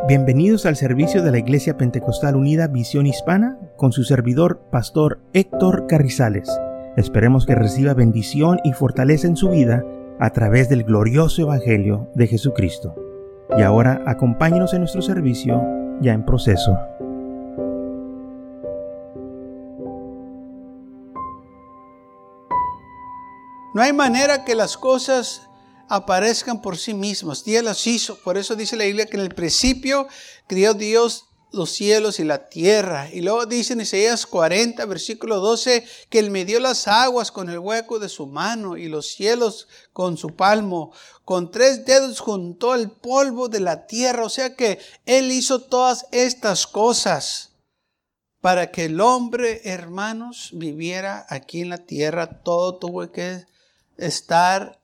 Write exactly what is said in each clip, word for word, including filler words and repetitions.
Bienvenidos al servicio de la Iglesia Pentecostal Unida Visión Hispana con su servidor, Pastor Héctor Carrizales. Esperemos que reciba bendición y fortaleza en su vida a través del glorioso Evangelio de Jesucristo. Y ahora acompáñenos en nuestro servicio ya en proceso. No hay manera que las cosas aparezcan por sí mismas. Dios las hizo. Por eso dice la Biblia que en el principio creó Dios los cielos y la tierra. Y luego dice en Isaías cuarenta, versículo doce, que Él midió las aguas con el hueco de su mano y los cielos con su palmo. Con tres dedos juntó el polvo de la tierra. O sea que Él hizo todas estas cosas para que el hombre, hermanos, viviera aquí en la tierra. Todo tuvo que estar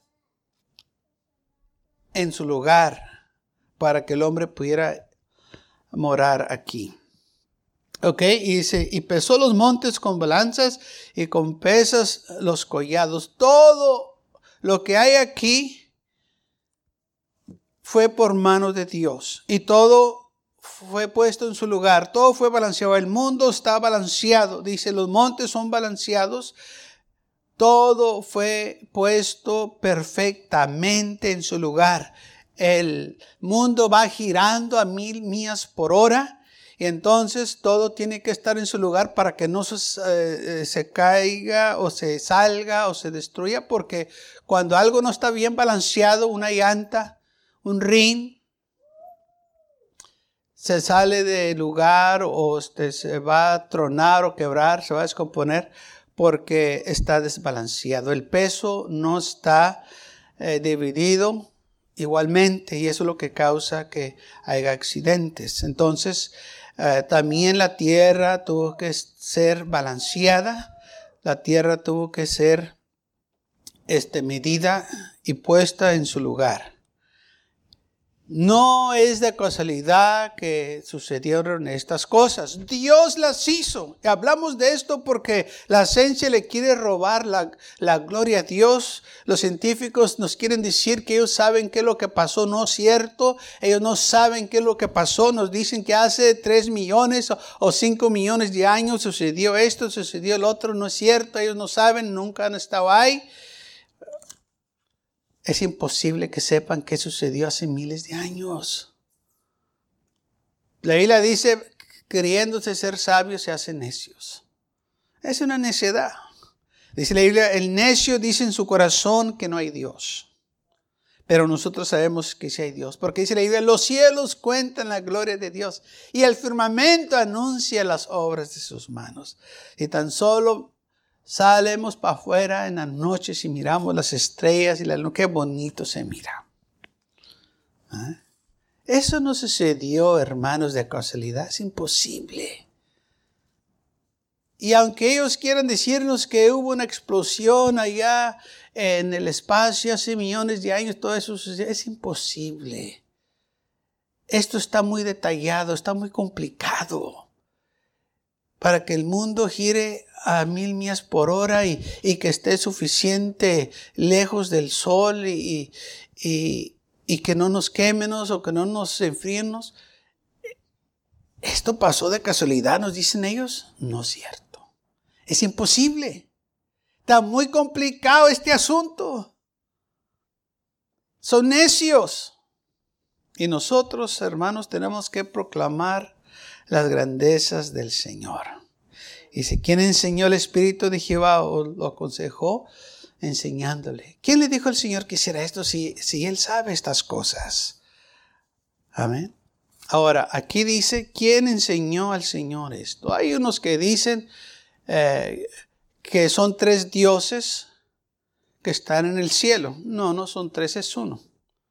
en su lugar para que el hombre pudiera morar aquí. Ok, y dice, y pesó los montes con balanzas y con pesas los collados. Todo lo que hay aquí fue por mano de Dios. Y todo fue puesto en su lugar. Todo fue balanceado. El mundo está balanceado. Dice, los montes son balanceados. Todo fue puesto perfectamente en su lugar. El mundo va girando a mil millas por hora. Y entonces todo tiene que estar en su lugar para que no se, eh, se caiga o se salga o se destruya. Porque cuando algo no está bien balanceado, una llanta, un rin, se sale de lugar o este, se va a tronar o quebrar, se va a descomponer. Porque está desbalanceado. El peso no está eh, dividido igualmente. Y eso es lo que causa que haya accidentes. Entonces, eh, también la tierra tuvo que ser balanceada. La tierra tuvo que ser este, medida y puesta en su lugar. No es de casualidad que sucedieron estas cosas. Dios las hizo. Y hablamos de esto porque la ciencia le quiere robar la, la gloria a Dios. Los científicos nos quieren decir que ellos saben qué es lo que pasó. No es cierto. Ellos no saben qué es lo que pasó. Nos dicen que hace tres millones o, o cinco millones de años sucedió esto, sucedió el otro. No es cierto. Ellos no saben, nunca han estado ahí. Es imposible que sepan qué sucedió hace miles de años. La Biblia dice, queriéndose ser sabios se hacen necios. Es una necedad. Dice la Biblia, el necio dice en su corazón que no hay Dios. Pero nosotros sabemos que sí hay Dios. Porque dice la Biblia, los cielos cuentan la gloria de Dios. Y el firmamento anuncia las obras de sus manos. Y tan solo salemos para afuera en las noches y miramos las estrellas y la luna. Qué bonito se mira. ¿Ah? Eso no sucedió, hermanos, de casualidad. Es imposible. Y aunque ellos quieran decirnos que hubo una explosión allá en el espacio hace millones de años, todo eso sucedió, es imposible. Esto está muy detallado, está muy complicado. Para que el mundo gire a mil millas por hora y, y que esté suficiente lejos del sol y, y, y que no nos quémenos o que no nos enfríenos. ¿Esto pasó de casualidad, nos dicen ellos? No es cierto. Es imposible. Está muy complicado este asunto. Son necios. Y nosotros, hermanos, tenemos que proclamar las grandezas del Señor. Dice, ¿quién enseñó el Espíritu de Jehová o lo aconsejó? Enseñándole. ¿Quién le dijo al Señor que hiciera esto si, si Él sabe estas cosas? Amén. Ahora, aquí dice, ¿quién enseñó al Señor esto? Hay unos que dicen eh, que son tres dioses que están en el cielo. No, no son tres, es uno.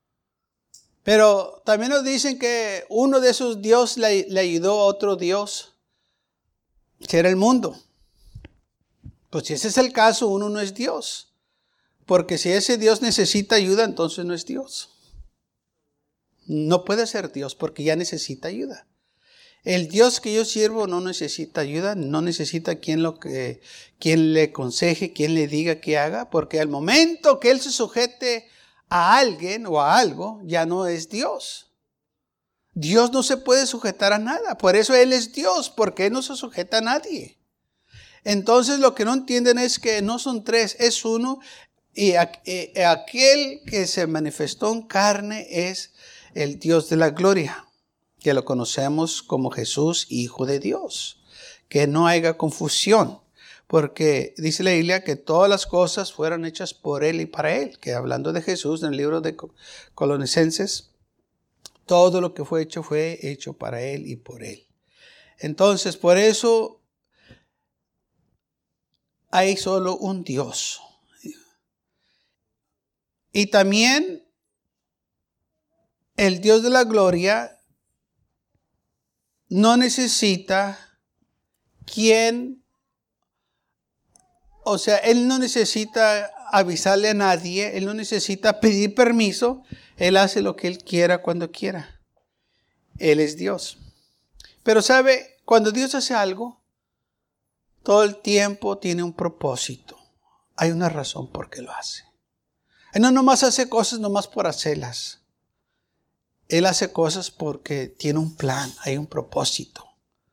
Pero también nos dicen que uno de esos dioses le, le ayudó a otro dios, que era el mundo. Pues si ese es el caso, uno no es Dios. Porque si ese Dios necesita ayuda, entonces no es Dios. No puede ser Dios porque ya necesita ayuda. El Dios que yo sirvo no necesita ayuda, no necesita quien, lo que, quien le aconseje, quien le diga qué haga, porque al momento que Él se sujete a alguien o a algo, ya no es Dios. Dios no se puede sujetar a nada. Por eso Él es Dios, porque Él no se sujeta a nadie. Entonces lo que no entienden es que no son tres, es uno. Y aquel que se manifestó en carne es el Dios de la gloria, que lo conocemos como Jesús, Hijo de Dios. Que no haya confusión, porque dice la Biblia que todas las cosas fueron hechas por Él y para Él. Que hablando de Jesús en el libro de Colosenses, todo lo que fue hecho fue hecho para Él y por Él. Entonces, por eso hay solo un Dios. Y también el Dios de la gloria no necesita quien, o sea, Él no necesita avisarle a nadie, Él no necesita pedir permiso, Él hace lo que Él quiera cuando quiera. Él es Dios. Pero sabe, cuando Dios hace algo, todo el tiempo tiene un propósito. Hay una razón por qué lo hace. Él no nomás hace cosas nomás por hacerlas. Él hace cosas porque tiene un plan, hay un propósito.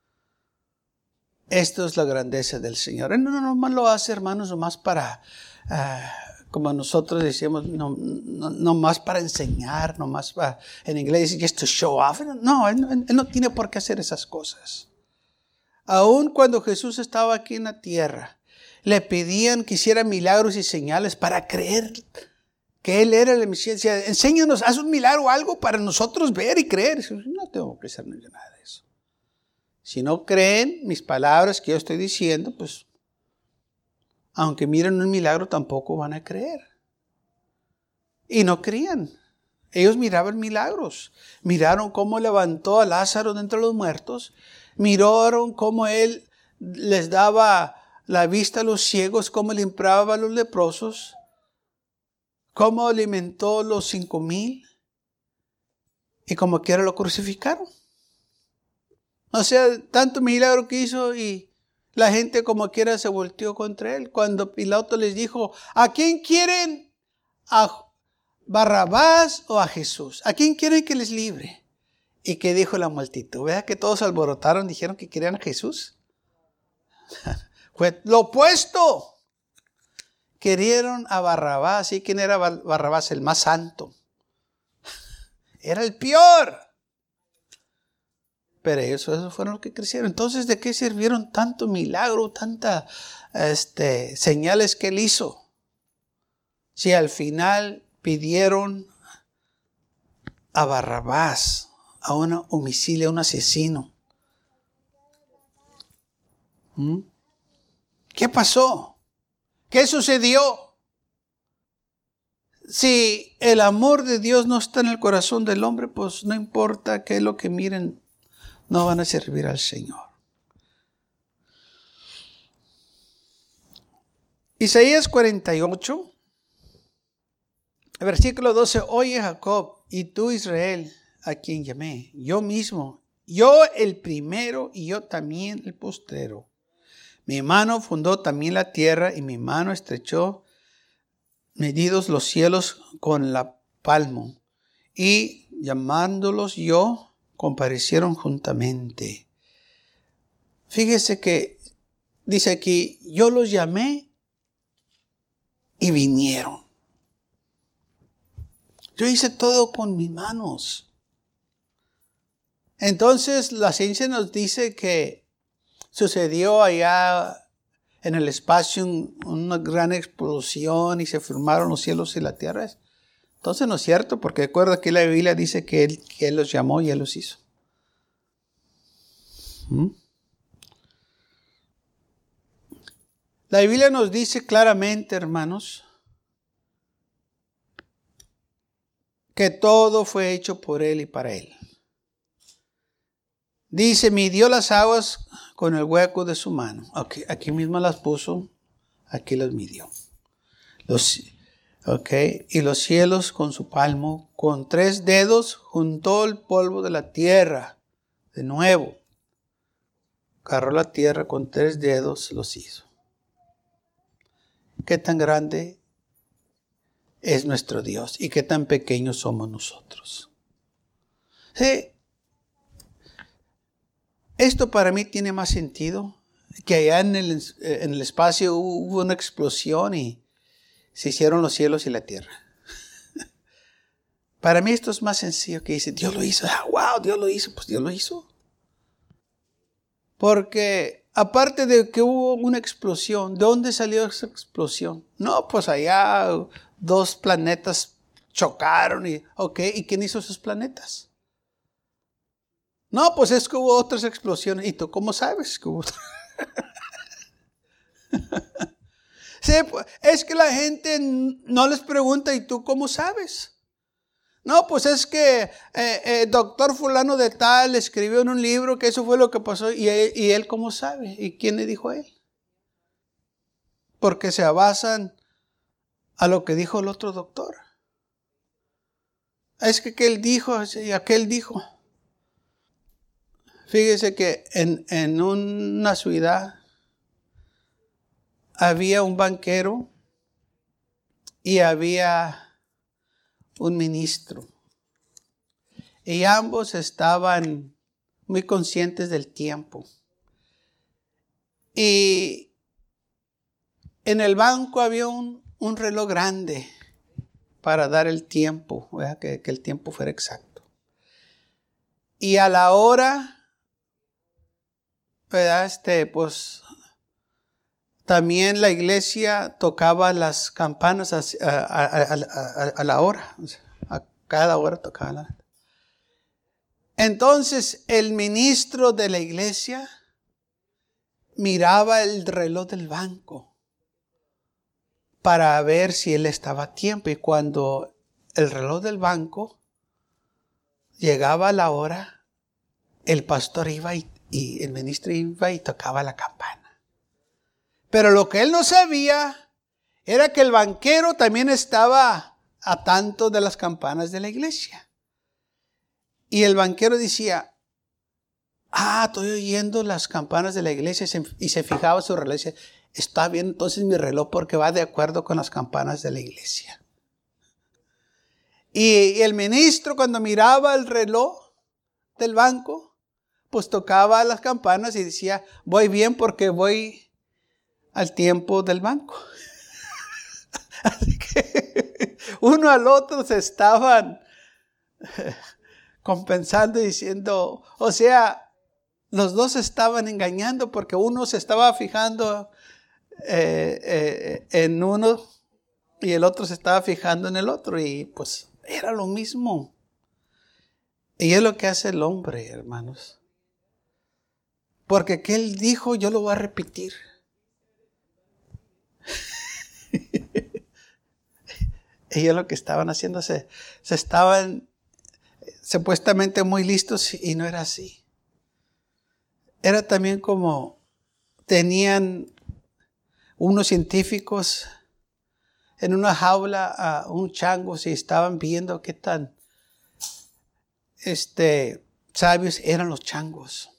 Esto es la grandeza del Señor. Él no nomás lo hace, hermanos, nomás para, uh, como nosotros decíamos, no, no, nomás para enseñar, nomás para, en inglés, just to show off. No, él, él no tiene por qué hacer esas cosas. Aun cuando Jesús estaba aquí en la tierra, le pedían que hiciera milagros y señales para creer que Él era el Mesías. Decía, enséñanos, haz un milagro o algo para nosotros ver y creer. No tengo que hacer nada de eso. Si no creen mis palabras que yo estoy diciendo, pues, aunque miren un milagro, tampoco van a creer. Y no creían. Ellos miraban milagros. Miraron cómo levantó a Lázaro de entre los muertos. Miraron cómo Él les daba la vista a los ciegos, cómo limpiaba a los leprosos. Cómo alimentó los cinco mil y como quiera lo crucificaron. O sea, tanto milagro que hizo y la gente como quiera se volteó contra Él. Cuando Pilato les dijo, ¿a quién quieren? ¿A Barrabás o a Jesús? ¿A quién quieren que les libre? ¿Y qué dijo la multitud? ¿Vea que todos alborotaron, dijeron que querían a Jesús? Fue lo opuesto. Querieron a Barrabás. ¿Y quién era Barrabás? El más santo. Era el peor. Pero ellos, esos fueron los que crecieron. Entonces, ¿de qué sirvieron tanto milagro, tantas este, señales que Él hizo? Si al final pidieron a Barrabás, a un homicidio, a un asesino. ¿Mm? ¿Qué pasó? ¿Qué sucedió? Si el amor de Dios no está en el corazón del hombre, pues no importa qué es lo que miren, no van a servir al Señor. Isaías cuarenta y ocho, versículo doce. Oye Jacob, y tú Israel, a quien llamé, yo mismo, yo el primero y yo también el postrero. Mi mano fundó también la tierra y mi mano estrechó medidos los cielos con la palmo. Y llamándolos yo, comparecieron juntamente. Fíjese que dice aquí, yo los llamé y vinieron. Yo hice todo con mis manos. Entonces la ciencia nos dice que sucedió allá en el espacio una gran explosión y se formaron los cielos y la tierra. Entonces no es cierto, porque recuerda que la Biblia dice que Él, que él los llamó y Él los hizo. ¿Mm? La Biblia nos dice claramente, hermanos, que todo fue hecho por Él y para Él. Dice, midió las aguas con el hueco de su mano. Aquí, aquí mismo las puso, aquí las midió. Los, okay, y los cielos con su palmo, con tres dedos juntó el polvo de la tierra. De nuevo, agarró la tierra con tres dedos, los hizo. ¿Qué tan grande es nuestro Dios y qué tan pequeños somos nosotros? Sí. Esto para mí tiene más sentido que allá en el, en el espacio hubo una explosión y se hicieron los cielos y la tierra. Para mí esto es más sencillo que dice, Dios lo hizo. Ah, wow, Dios lo hizo. Pues Dios lo hizo. Porque aparte de que hubo una explosión, ¿de dónde salió esa explosión? No, pues allá dos planetas chocaron y, ok, ¿y quién hizo esos planetas? No, pues es que hubo otras explosiones. ¿Y tú cómo sabes que hubo? Sí, es que la gente no les pregunta, ¿y tú cómo sabes? No, pues es que eh, eh, doctor fulano de tal escribió en un libro que eso fue lo que pasó. ¿Y él, y él cómo sabe? ¿Y quién le dijo a él? Porque se basan a lo que dijo el otro doctor. Es que aquel dijo y aquel dijo. Fíjese que en, en una ciudad había un banquero y había un ministro. Y ambos estaban muy conscientes del tiempo. Y en el banco había un, un reloj grande para dar el tiempo, que, que el tiempo fuera exacto. Y a la hora, ¿verdad? Este, pues también la iglesia tocaba las campanas a, a, a, a, a la hora. A cada hora tocaba la. Entonces el ministro de la iglesia miraba el reloj del banco para ver si él estaba a tiempo. Y cuando el reloj del banco llegaba a la hora, el pastor iba y, y el ministro iba y tocaba la campana. Pero lo que él no sabía era que el banquero también estaba a tanto de las campanas de la iglesia. Y el banquero decía, ah, estoy oyendo las campanas de la iglesia. Y se fijaba su reloj y decía, está bien entonces mi reloj porque va de acuerdo con las campanas de la iglesia. Y el ministro cuando miraba el reloj del banco, pues tocaba las campanas y decía, voy bien porque voy al tiempo del banco. Así que uno al otro se estaban compensando y diciendo, o sea, los dos estaban engañando porque uno se estaba fijando eh, eh, en uno y el otro se estaba fijando en el otro y pues era lo mismo. Y es lo que hace el hombre, hermanos. Porque que él dijo, yo lo voy a repetir. Ellos lo que estaban haciendo, se, se estaban supuestamente muy listos y no era así. Era también como tenían unos científicos en una jaula a un chango y estaban viendo qué tan este, sabios eran los changos.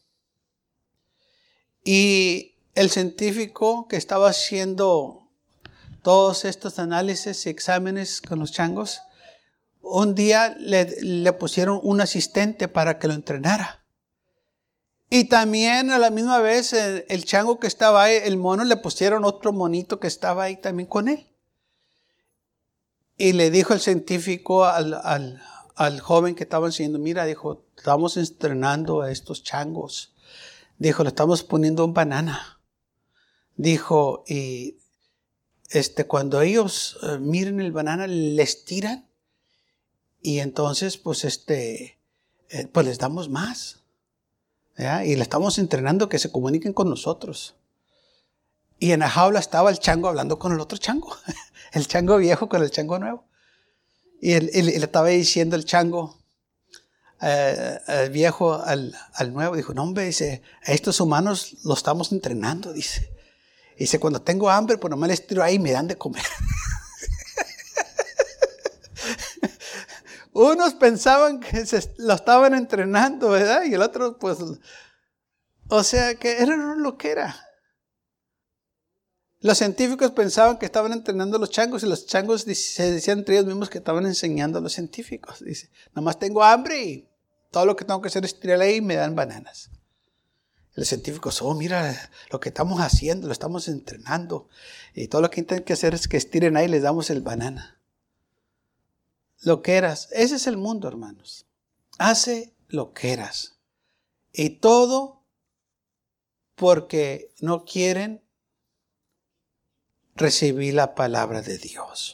Y el científico que estaba haciendo todos estos análisis y exámenes con los changos, un día le, le pusieron un asistente para que lo entrenara. Y también a la misma vez el, el chango que estaba ahí, el mono, le pusieron otro monito que estaba ahí también con él. Y le dijo el científico al, al, al joven que estaba enseñando, mira, dijo, estamos entrenando a estos changos. Dijo, le estamos poniendo un banana. Dijo, y Este, cuando ellos uh, miren el banana, les tiran y entonces pues este, eh, pues les damos más, ¿ya? Y le estamos entrenando que se comuniquen con nosotros. Y en la jaula estaba el chango hablando con el otro chango, el chango viejo con el chango nuevo. Y, el, y le estaba diciendo el chango eh, el viejo al, al nuevo, dijo, no hombre, dice, a estos humanos los estamos entrenando, dice. Dice, cuando tengo hambre, pues nomás les tiro ahí y me dan de comer. Unos pensaban que se lo estaban entrenando, ¿verdad? Y el otro, pues, o sea, que era lo que era. Los científicos pensaban que estaban entrenando a los changos y los changos se decían entre ellos mismos que estaban enseñando a los científicos. Dice, nomás tengo hambre y todo lo que tengo que hacer es tirar ahí y me dan bananas. Los científicos, oh, mira lo que estamos haciendo, lo estamos entrenando. Y todo lo que tienen que hacer es que estiren ahí y les damos el banana. Lo que eras. Ese es el mundo, hermanos. Hace lo que eras. Y todo porque no quieren recibir la palabra de Dios.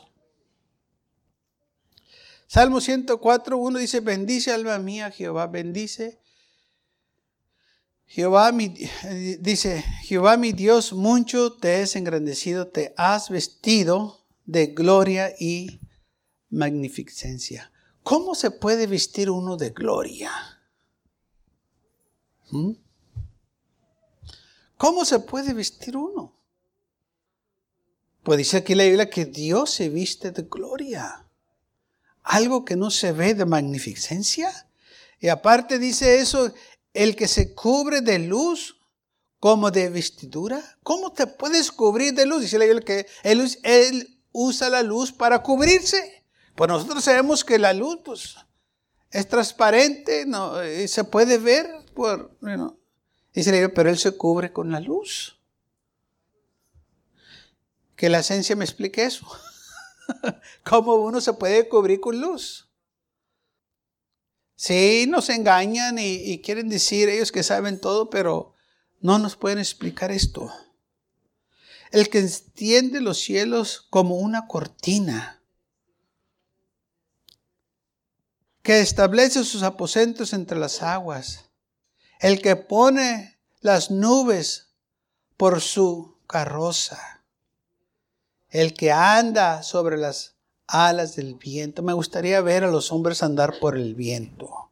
Salmo ciento cuatro, uno dice, bendice alma mía Jehová, bendice. Jehová mi, dice, Jehová mi Dios, mucho te has engrandecido, te has vestido de gloria y magnificencia. ¿Cómo se puede vestir uno de gloria? ¿Mm? ¿Cómo se puede vestir uno? Pues dice aquí la Biblia que Dios se viste de gloria. Algo que no se ve de magnificencia. Y aparte dice eso, el que se cubre de luz como de vestidura. ¿Cómo te puedes cubrir de luz? Dice la Biblia que él, él usa la luz para cubrirse. Pues nosotros sabemos que la luz pues, es transparente, no, se puede ver. Por, bueno, dice la Biblia, pero él se cubre con la luz. Que la esencia me explique eso. ¿Cómo uno se puede cubrir con luz? Sí, nos engañan y, y quieren decir ellos que saben todo, pero no nos pueden explicar esto. El que extiende los cielos como una cortina, que establece sus aposentos entre las aguas, el que pone las nubes por su carroza, el que anda sobre las alas del viento. Me gustaría ver a los hombres andar por el viento.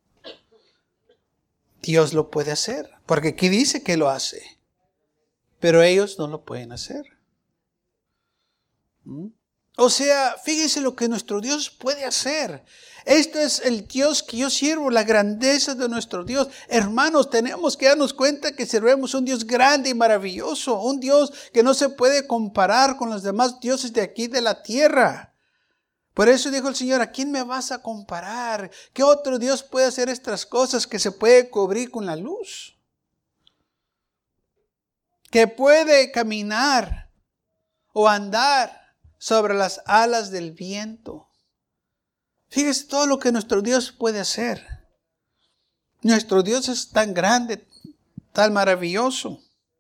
Dios lo puede hacer, porque aquí dice que lo hace, pero ellos no lo pueden hacer. ¿Mm? O sea, fíjense lo que nuestro Dios puede hacer. Este es el Dios que yo sirvo, la grandeza de nuestro Dios. Hermanos, tenemos que darnos cuenta que servemos un Dios grande y maravilloso, un Dios que no se puede comparar con los demás dioses de aquí de la tierra. Por eso dijo el Señor, ¿a quién me vas a comparar? ¿Qué otro Dios puede hacer estas cosas que se puede cubrir con la luz? Que puede caminar o andar sobre las alas del viento. Fíjese todo lo que nuestro Dios puede hacer. Nuestro Dios es tan grande, tan maravilloso.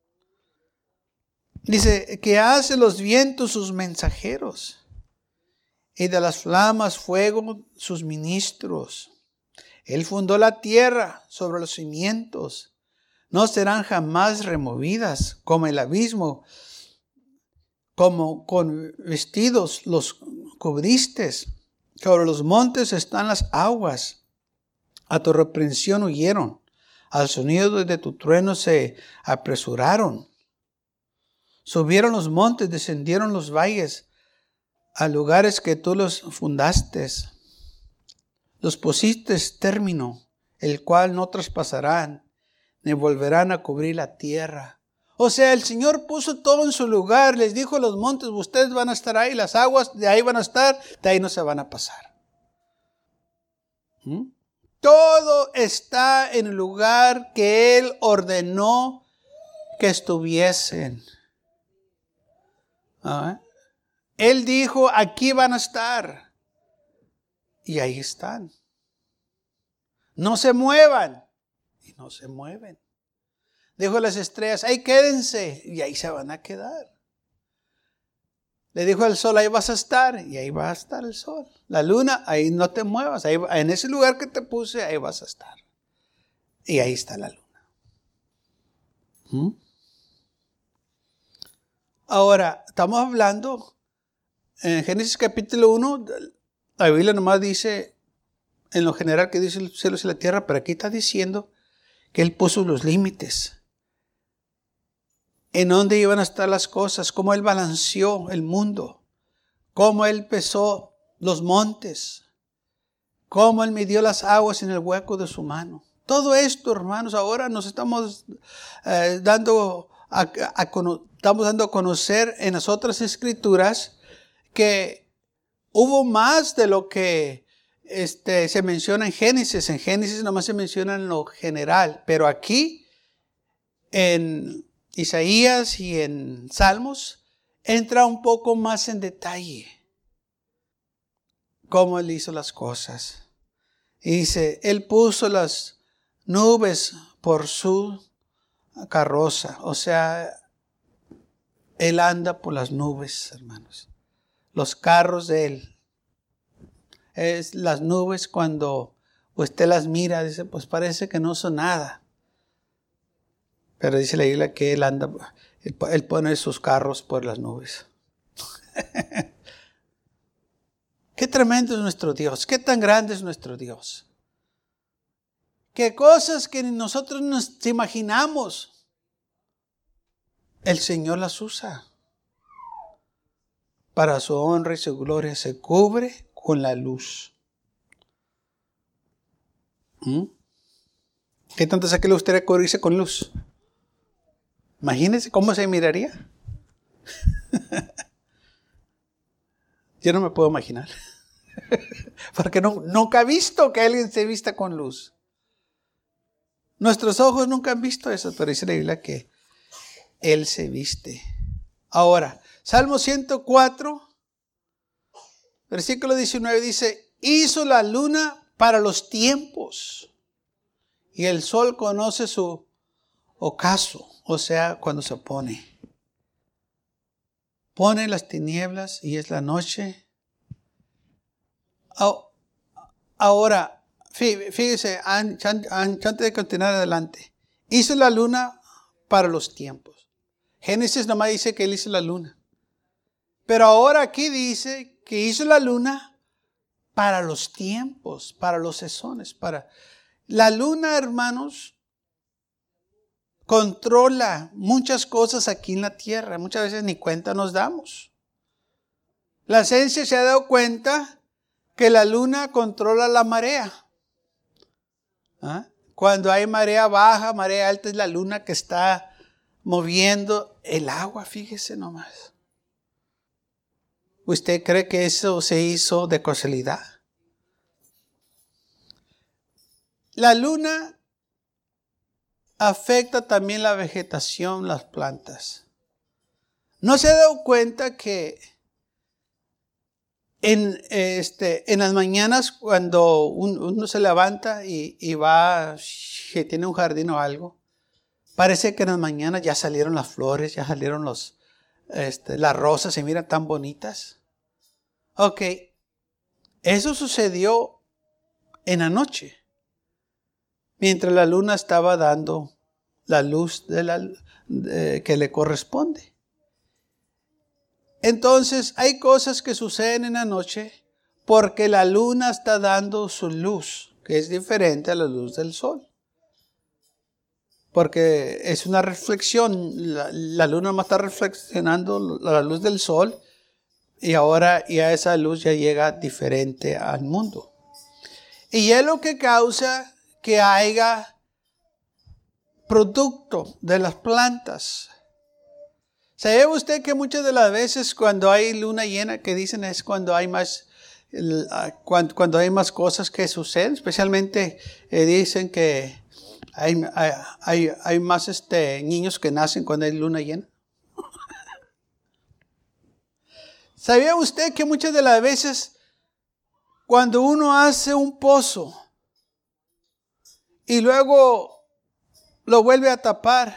Dice que hace los vientos sus mensajeros y de las flamas fuego sus ministros. Él fundó la tierra sobre los cimientos. No serán jamás removidas, como el abismo. Como con vestidos los cubriste. Sobre los montes están las aguas. A tu reprensión huyeron. Al sonido de tu trueno se apresuraron. Subieron los montes, descendieron los valles, a lugares que tú los fundaste. Los pusiste término, el cual no traspasarán, ni volverán a cubrir la tierra. O sea, el Señor puso todo en su lugar. Les dijo a los montes, ustedes van a estar ahí, las aguas de ahí van a estar, de ahí no se van a pasar. ¿Mm? Todo está en el lugar que Él ordenó que estuviesen. ¿Ah? Él dijo, aquí van a estar. Y ahí están. No se muevan. Y no se mueven. Dijo a las estrellas, ahí quédense. Y ahí se van a quedar. Le dijo al sol, ahí vas a estar. Y ahí va a estar el sol. La luna, ahí no te muevas. Ahí, en ese lugar que te puse, ahí vas a estar. Y ahí está la luna. ¿Mm? Ahora, estamos hablando, en Génesis capítulo uno, la Biblia nomás dice, en lo general que dice los cielos y la tierra, pero aquí está diciendo que Él puso los límites. En dónde iban a estar las cosas, cómo Él balanceó el mundo, cómo Él pesó los montes, cómo Él midió las aguas en el hueco de su mano. Todo esto, hermanos, ahora nos estamos eh, dando a, a, a, estamos dando a conocer en las otras escrituras que hubo más de lo que este, se menciona en Génesis. En Génesis nomás se menciona en lo general, pero aquí en Isaías y en Salmos entra un poco más en detalle cómo Él hizo las cosas. Y dice, Él puso las nubes por su carroza. O sea, Él anda por las nubes, hermanos. Los carros de Él. Es las nubes cuando usted las mira, dice, pues parece que no son nada. Pero dice la Biblia que Él anda, Él, él pone sus carros por las nubes. Qué tremendo es nuestro Dios. Qué tan grande es nuestro Dios. Qué cosas que nosotros nos imaginamos, el Señor las usa. Para su honra y su gloria se cubre con la luz. ¿Mm? ¿Qué tanto se que le gustaría cubrirse con luz? Imagínense cómo se miraría. Yo no me puedo imaginar. Porque no, nunca he visto que alguien se vista con luz. Nuestros ojos nunca han visto eso, pero dice la Biblia que Él se viste. Ahora, Salmo ciento cuatro, versículo diecinueve dice, hizo la luna para los tiempos y el sol conoce su ocaso, o sea, cuando se pone. Pone las tinieblas y es la noche. Ahora, fíjese, antes de continuar adelante, hizo la luna para los tiempos. Génesis nomás dice que Él hizo la luna. Pero ahora aquí dice que hizo la luna para los tiempos, para los sesones. Para... La luna, hermanos, controla muchas cosas aquí en la tierra. Muchas veces ni cuenta nos damos. La ciencia se ha dado cuenta que la luna controla la marea. ¿Ah? Cuando hay marea baja, marea alta, es la luna que está moviendo el agua, fíjese nomás. ¿Usted cree que eso se hizo de casualidad? La luna afecta también la vegetación, las plantas. ¿No se ha dado cuenta que en, este, en las mañanas cuando uno se levanta y, y va, que tiene un jardín o algo, parece que en las mañanas ya salieron las flores, ya salieron los, este, las rosas, se miran tan bonitas? Ok, eso sucedió en la noche, mientras la luna estaba dando la luz de la, de, que le corresponde. Entonces, hay cosas que suceden en la noche porque la luna está dando su luz, que es diferente a la luz del sol. Porque es una reflexión, la, la luna más está reflexionando la luz del sol y ahora ya esa luz ya llega diferente al mundo. Y es lo que causa que haya producto de las plantas. ¿Sabe usted que muchas de las veces cuando hay luna llena, que dicen es cuando hay más, cuando, cuando hay más cosas que suceden? Especialmente eh, dicen que hay, hay, hay más este, niños que nacen cuando hay luna llena. ¿Sabía usted que muchas de las veces cuando uno hace un pozo y luego lo vuelve a tapar,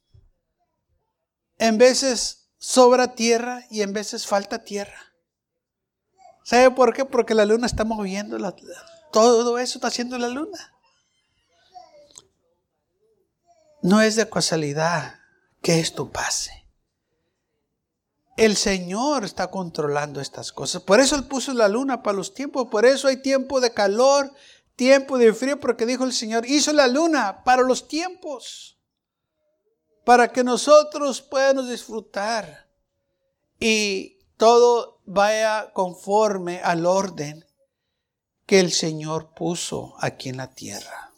en veces sobra tierra y en veces falta tierra? ¿Sabe por qué? Porque la luna está moviendo, la, todo eso está haciendo la luna. No es de casualidad que esto pase. El Señor está controlando estas cosas. Por eso Él puso la luna para los tiempos. Por eso hay tiempo de calor, tiempo de frío, porque dijo el Señor, hizo la luna para los tiempos. Para que nosotros podamos disfrutar y todo vaya conforme al orden que el Señor puso aquí en la tierra.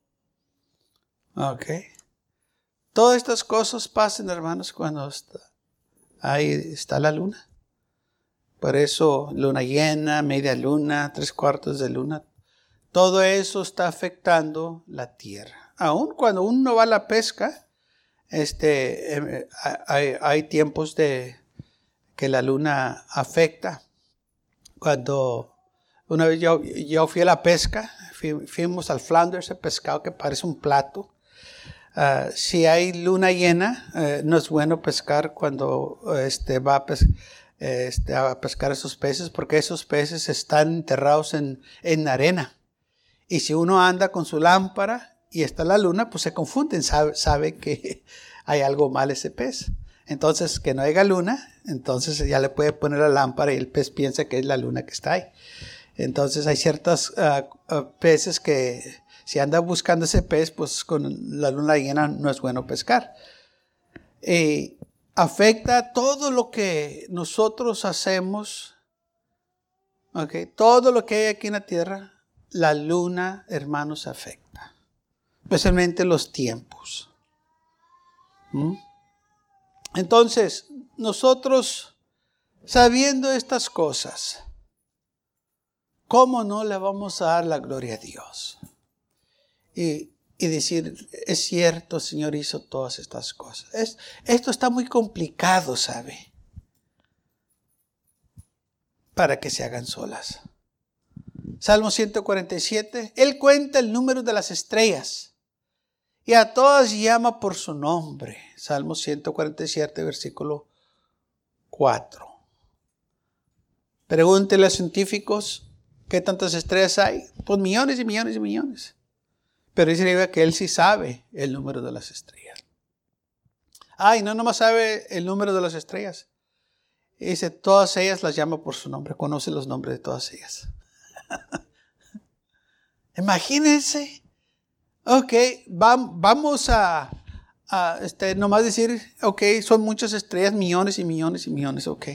Ok. Todas estas cosas pasan, hermanos, cuando está, ahí está la luna. Por eso, luna llena, media luna, tres cuartos de luna. Todo eso está afectando la tierra. Aún cuando uno va a la pesca, este, eh, hay, hay tiempos de que la luna afecta. Cuando una vez yo, yo fui a la pesca, fui, fuimos al Flounder, ese pescado que parece un plato. Uh, si hay luna llena, uh, no es bueno pescar cuando este, va a, pes- este, a pescar esos peces, porque esos peces están enterrados en, en arena. Y si uno anda con su lámpara y está la luna, pues se confunden, sabe, sabe que hay algo mal ese pez. Entonces, que no haya luna, entonces ya le puede poner la lámpara y el pez piensa que es la luna que está ahí. Entonces hay ciertos uh, uh, peces que si anda buscando ese pez, pues con la luna llena no es bueno pescar. Y afecta todo lo que nosotros hacemos, okay, todo lo que hay aquí en la tierra, la luna, hermanos, afecta. Especialmente los tiempos. ¿Mm? Entonces, nosotros, sabiendo estas cosas, ¿cómo no le vamos a dar la gloria a Dios? Y, y decir, es cierto, Señor hizo todas estas cosas. Es, esto está muy complicado, ¿sabe? Para que se hagan solas. Salmo ciento cuarenta y siete, Él cuenta el número de las estrellas y a todas llama por su nombre. Salmo ciento cuarenta y siete, versículo cuatro. Pregúntele a científicos, ¿qué tantas estrellas hay? Pues millones y millones y millones. Pero dice la Biblia que Él sí sabe el número de las estrellas. Ah, y no nomás sabe el número de las estrellas. Y dice, todas ellas las llama por su nombre. Conoce los nombres de todas ellas. Imagínense. Ok, va, vamos a, a este, nomás decir, ok, son muchas estrellas, millones y millones y millones, ok.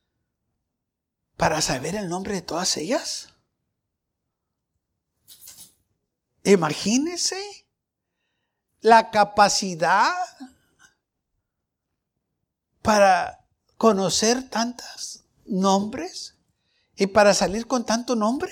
Para saber el nombre de todas ellas. Imagínense la capacidad para conocer tantos nombres y para salir con tanto nombre.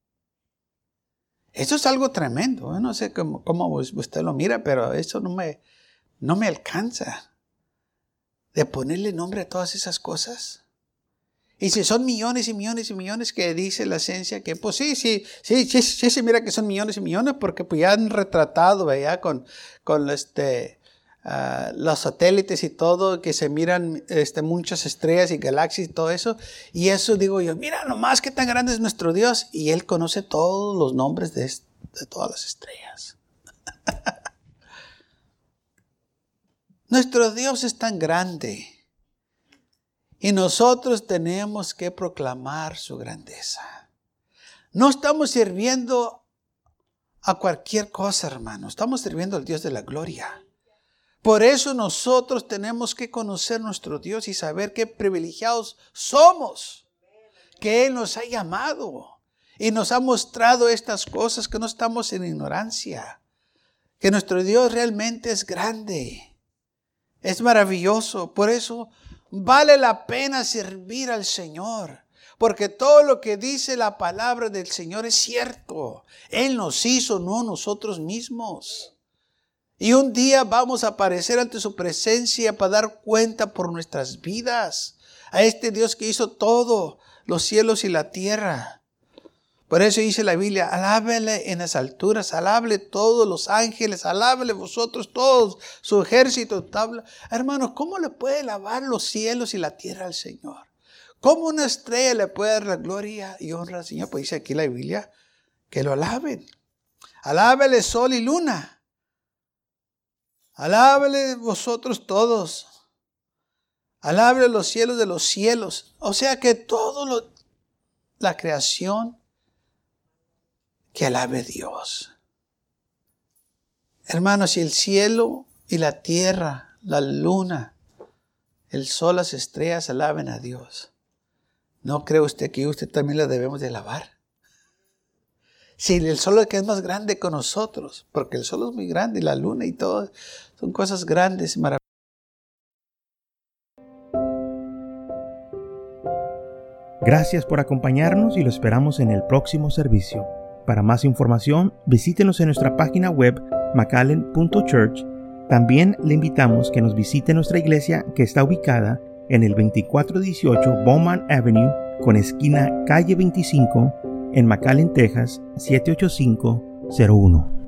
Eso es algo tremendo. Yo no sé cómo, cómo usted lo mira, pero eso no me, no me alcanza de ponerle nombre a todas esas cosas. Y si son millones y millones y millones que dice la ciencia que pues sí, sí, sí, sí, sí, sí, mira que son millones y millones porque pues ya han retratado, ¿verdad? Con, con este, uh, los satélites y todo, que se miran este, muchas estrellas y galaxias y todo eso. Y eso digo yo, mira nomás qué tan grande es nuestro Dios. Y Él conoce todos los nombres de, de todas las estrellas. Nuestro Dios es tan grande. Y nosotros tenemos que proclamar su grandeza. No estamos sirviendo a cualquier cosa, hermano. Estamos sirviendo al Dios de la gloria. Por eso nosotros tenemos que conocer nuestro Dios y saber qué privilegiados somos. Que Él nos ha llamado y nos ha mostrado estas cosas, que no estamos en ignorancia. Que nuestro Dios realmente es grande. Es maravilloso. Por eso vale la pena servir al Señor, porque todo lo que dice la palabra del Señor es cierto. Él nos hizo, no nosotros mismos. Y un día vamos a aparecer ante su presencia para dar cuenta por nuestras vidas a este Dios que hizo todo, los cielos y la tierra. Por eso dice la Biblia, alábele en las alturas, alábele todos los ángeles, alábele vosotros todos, su ejército. Tabla. Hermanos, ¿cómo le puede alabar los cielos y la tierra al Señor? ¿Cómo una estrella le puede dar la gloria y honra al Señor? Pues dice aquí la Biblia, que lo alaben. Alábele sol y luna. Alábele vosotros todos. Alábele los cielos de los cielos. O sea que todo lo, la creación, que alabe Dios. Hermanos, si el cielo y la tierra, la luna, el sol, las estrellas alaben a Dios, ¿no cree usted que usted también la debemos de alabar? Si el sol es que es más grande que nosotros, porque el sol es muy grande y la luna y todo, son cosas grandes y maravillosas. Gracias por acompañarnos y lo esperamos en el próximo servicio. Para más información, visítenos en nuestra página web macallen punto church También le invitamos que nos visite nuestra iglesia que está ubicada en el veinticuatro dieciocho Bowman Avenue con esquina calle veinticinco en McAllen, Texas siete ocho cinco cero uno.